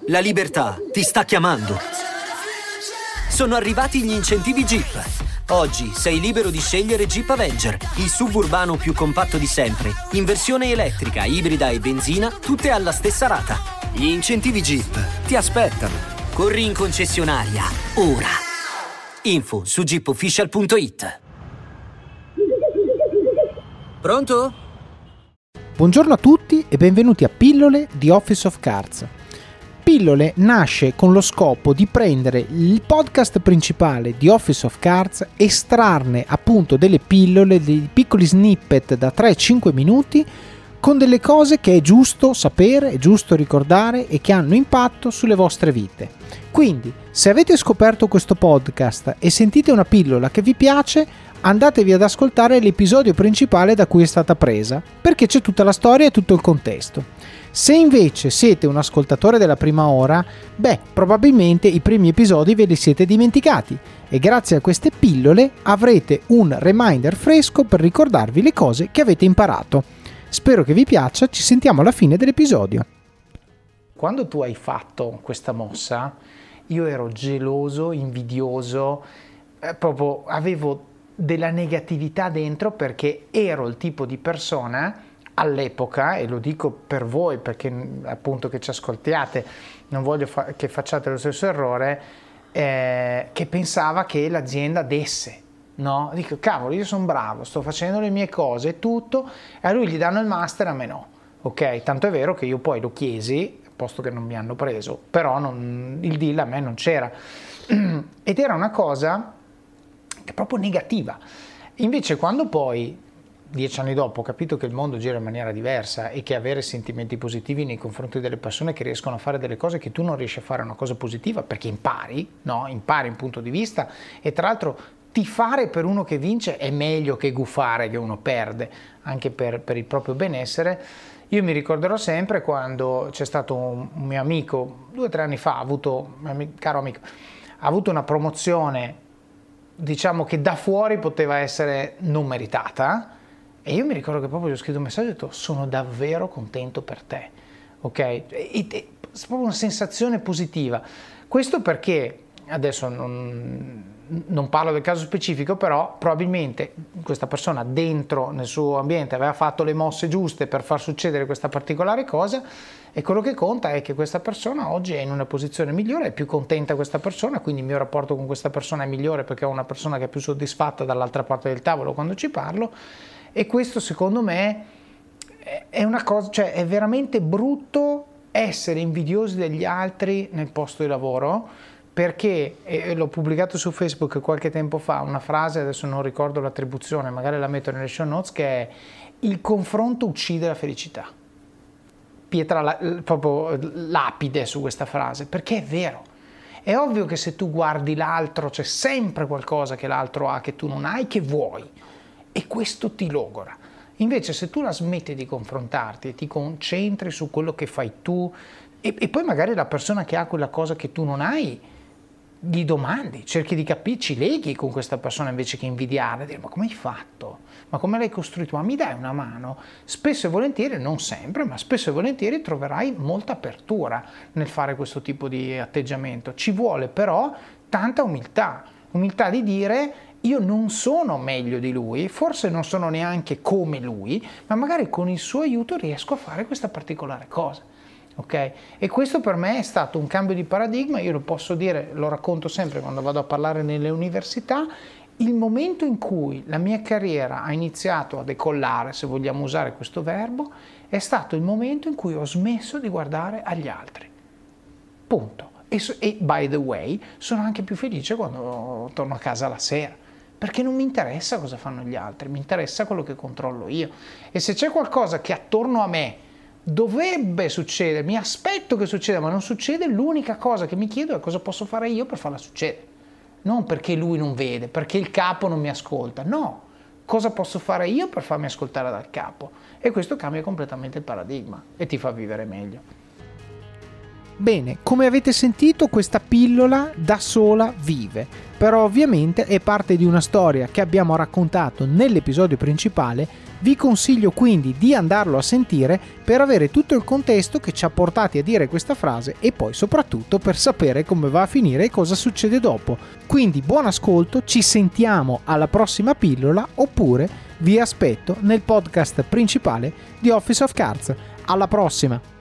La libertà ti sta chiamando. Sono arrivati gli incentivi Jeep. Oggi sei libero di scegliere Jeep Avenger, il SUV urbano più compatto di sempre, in versione elettrica, ibrida e benzina, tutte alla stessa rata. Gli incentivi Jeep ti aspettano. Corri in concessionaria, ora. Info su jeepofficial.it. Pronto? Buongiorno a tutti e benvenuti a Pillole di Office of Cards. Pillole nasce con lo scopo di prendere il podcast principale di Office of Cards, estrarne appunto delle pillole, dei piccoli snippet da 3-5 minuti con delle cose che è giusto sapere, è giusto ricordare e che hanno impatto sulle vostre vite. Quindi, se avete scoperto questo podcast e sentite una pillola che vi piace, andatevi ad ascoltare l'episodio principale da cui è stata presa, perché c'è tutta la storia e tutto il contesto. Se invece siete un ascoltatore della prima ora, probabilmente i primi episodi ve li siete dimenticati e grazie a queste pillole avrete un reminder fresco per ricordarvi le cose che avete imparato. Spero che vi piaccia, ci sentiamo alla fine dell'episodio. Quando tu hai fatto questa mossa, io ero geloso, invidioso, proprio avevo della negatività dentro perché ero il tipo di persona all'epoca, e lo dico per voi perché appunto che ci ascoltiate non voglio che facciate lo stesso errore, che pensava che l'azienda desse, no? Dico cavolo, io sono bravo, sto facendo le mie cose e tutto, e a lui gli danno il master, a me no, ok? Tanto è vero che io poi lo chiesi, posto che non mi hanno preso, però il deal a me non c'era ed era una cosa che è proprio negativa. Invece quando poi 10 anni dopo ho capito che il mondo gira in maniera diversa e che avere sentimenti positivi nei confronti delle persone che riescono a fare delle cose che tu non riesci a fare è una cosa positiva, perché impari un punto di vista, e tra l'altro tifare per uno che vince è meglio che gufare che uno perde, anche per il proprio benessere. Io mi ricorderò sempre quando c'è stato un mio amico 2 o 3 anni fa, caro amico, ha avuto una promozione, diciamo che da fuori poteva essere non meritata, e io mi ricordo che proprio gli ho scritto un messaggio e ho detto sono davvero contento per te, ok? È proprio una sensazione positiva. Questo perché adesso non parlo del caso specifico, però probabilmente questa persona dentro nel suo ambiente aveva fatto le mosse giuste per far succedere questa particolare cosa, e quello che conta è che questa persona oggi è in una posizione migliore, è più contenta questa persona, quindi il mio rapporto con questa persona è migliore perché ho una persona che è più soddisfatta dall'altra parte del tavolo quando ci parlo. E questo secondo me è una cosa, cioè è veramente brutto essere invidiosi degli altri nel posto di lavoro, perché l'ho pubblicato su Facebook qualche tempo fa, una frase, adesso non ricordo l'attribuzione, magari la metto nelle show notes, che è: il confronto uccide la felicità. Pietra proprio lapide su questa frase, perché è vero. È ovvio che se tu guardi l'altro c'è sempre qualcosa che l'altro ha che tu non hai, che vuoi, e questo ti logora. Invece se tu la smetti di confrontarti e ti concentri su quello che fai tu, e poi magari la persona che ha quella cosa che tu non hai, gli domandi, cerchi di capire, ci leghi con questa persona invece che invidiare, dire ma come hai fatto? Ma come l'hai costruito? Ma mi dai una mano? Spesso e volentieri, non sempre, ma spesso e volentieri troverai molta apertura nel fare questo tipo di atteggiamento. Ci vuole però tanta umiltà di dire: io non sono meglio di lui, forse non sono neanche come lui, ma magari con il suo aiuto riesco a fare questa particolare cosa. Ok? E questo per me è stato un cambio di paradigma. Io lo posso dire, lo racconto sempre quando vado a parlare nelle università: il momento in cui la mia carriera ha iniziato a decollare, se vogliamo usare questo verbo, è stato il momento in cui ho smesso di guardare agli altri. Punto. E by the way, sono anche più felice quando torno a casa la sera, perché non mi interessa cosa fanno gli altri, mi interessa quello che controllo io. E se c'è qualcosa che attorno a me dovrebbe succedere, mi aspetto che succeda, ma non succede, l'unica cosa che mi chiedo è cosa posso fare io per farla succedere. Non perché lui non vede, perché il capo non mi ascolta, no. Cosa posso fare io per farmi ascoltare dal capo? E questo cambia completamente il paradigma e ti fa vivere meglio. Bene, come avete sentito, questa pillola da sola vive, però ovviamente è parte di una storia che abbiamo raccontato nell'episodio principale. Vi consiglio quindi di andarlo a sentire per avere tutto il contesto che ci ha portati a dire questa frase e poi soprattutto per sapere come va a finire e cosa succede dopo. Quindi buon ascolto, ci sentiamo alla prossima pillola oppure vi aspetto nel podcast principale di Office of Cards. Alla prossima!